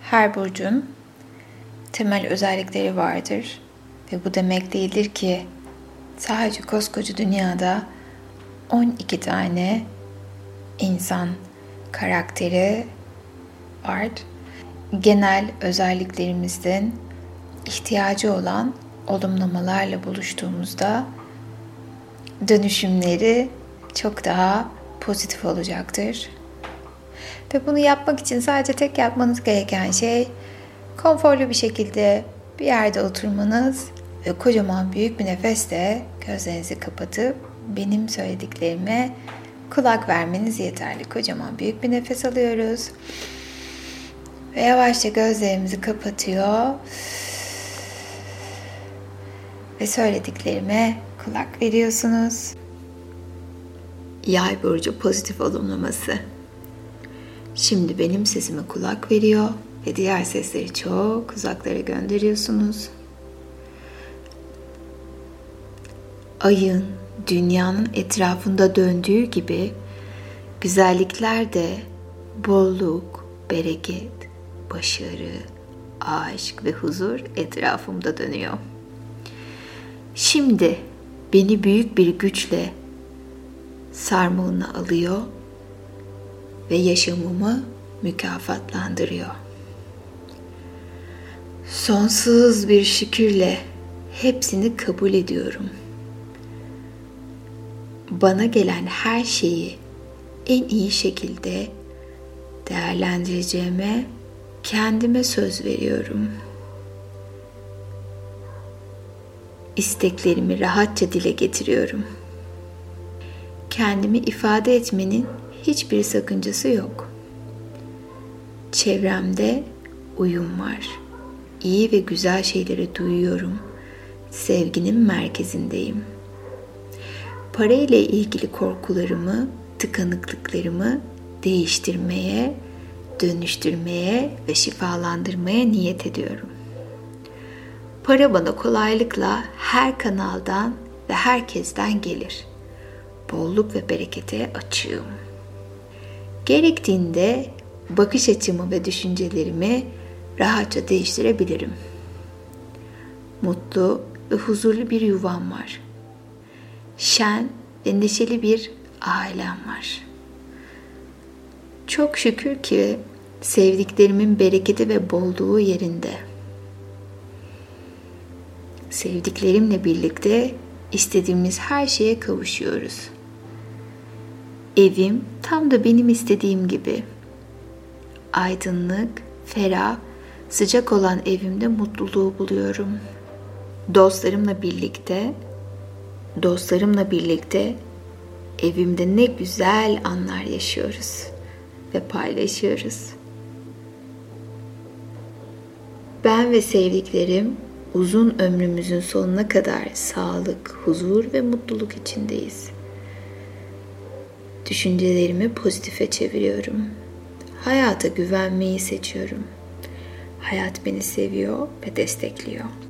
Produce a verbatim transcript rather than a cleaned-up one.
Her burcun temel özellikleri vardır ve bu demek değildir ki sadece koskoca dünyada on iki tane insan karakteri var. Genel özelliklerimizin ihtiyacı olan olumlamalarla buluştuğumuzda dönüşümleri çok daha pozitif olacaktır. Ve bunu yapmak için sadece tek yapmanız gereken şey konforlu bir şekilde bir yerde oturmanız ve kocaman büyük bir nefesle gözlerinizi kapatıp benim söylediklerime kulak vermeniz yeterli. Kocaman büyük bir nefes alıyoruz ve yavaşça gözlerimizi kapatıyor ve söylediklerime kulak veriyorsunuz. Yay burcu pozitif olumlaması. Şimdi benim sesime kulak veriyor ve diğer sesleri çok uzaklara gönderiyorsunuz. Ayın dünyanın etrafında döndüğü gibi güzellikler de bolluk, bereket, başarı, aşk ve huzur etrafımda dönüyor. Şimdi beni büyük bir güçle sarmalına alıyor ve yaşamımı mükafatlandırıyor. Sonsuz bir şükürle hepsini kabul ediyorum. Bana gelen her şeyi en iyi şekilde değerlendireceğime kendime söz veriyorum. İsteklerimi rahatça dile getiriyorum. Kendimi ifade etmenin hiçbir sakıncası yok. Çevremde uyum var. İyi ve güzel şeyleri duyuyorum. Sevginin merkezindeyim. Para ile ilgili korkularımı, tıkanıklıklarımı değiştirmeye, dönüştürmeye ve şifalandırmaya niyet ediyorum. Para bana kolaylıkla her kanaldan ve herkesten gelir. Bolluk ve berekete açığım. Gerektiğinde bakış açımı ve düşüncelerimi rahatça değiştirebilirim. Mutlu ve huzurlu bir yuvam var. Şen ve neşeli bir ailem var. Çok şükür ki sevdiklerimin bereketi ve bolluğu yerinde. Sevdiklerimle birlikte istediğimiz her şeye kavuşuyoruz. Evim tam da benim istediğim gibi. Aydınlık, ferah, sıcak olan evimde mutluluğu buluyorum. Dostlarımla birlikte, dostlarımla birlikte evimde ne güzel anlar yaşıyoruz ve paylaşıyoruz. Ben ve sevdiklerim uzun ömrümüzün sonuna kadar sağlık, huzur ve mutluluk içindeyiz. Düşüncelerimi pozitife çeviriyorum. Hayata güvenmeyi seçiyorum. Hayat beni seviyor ve destekliyor.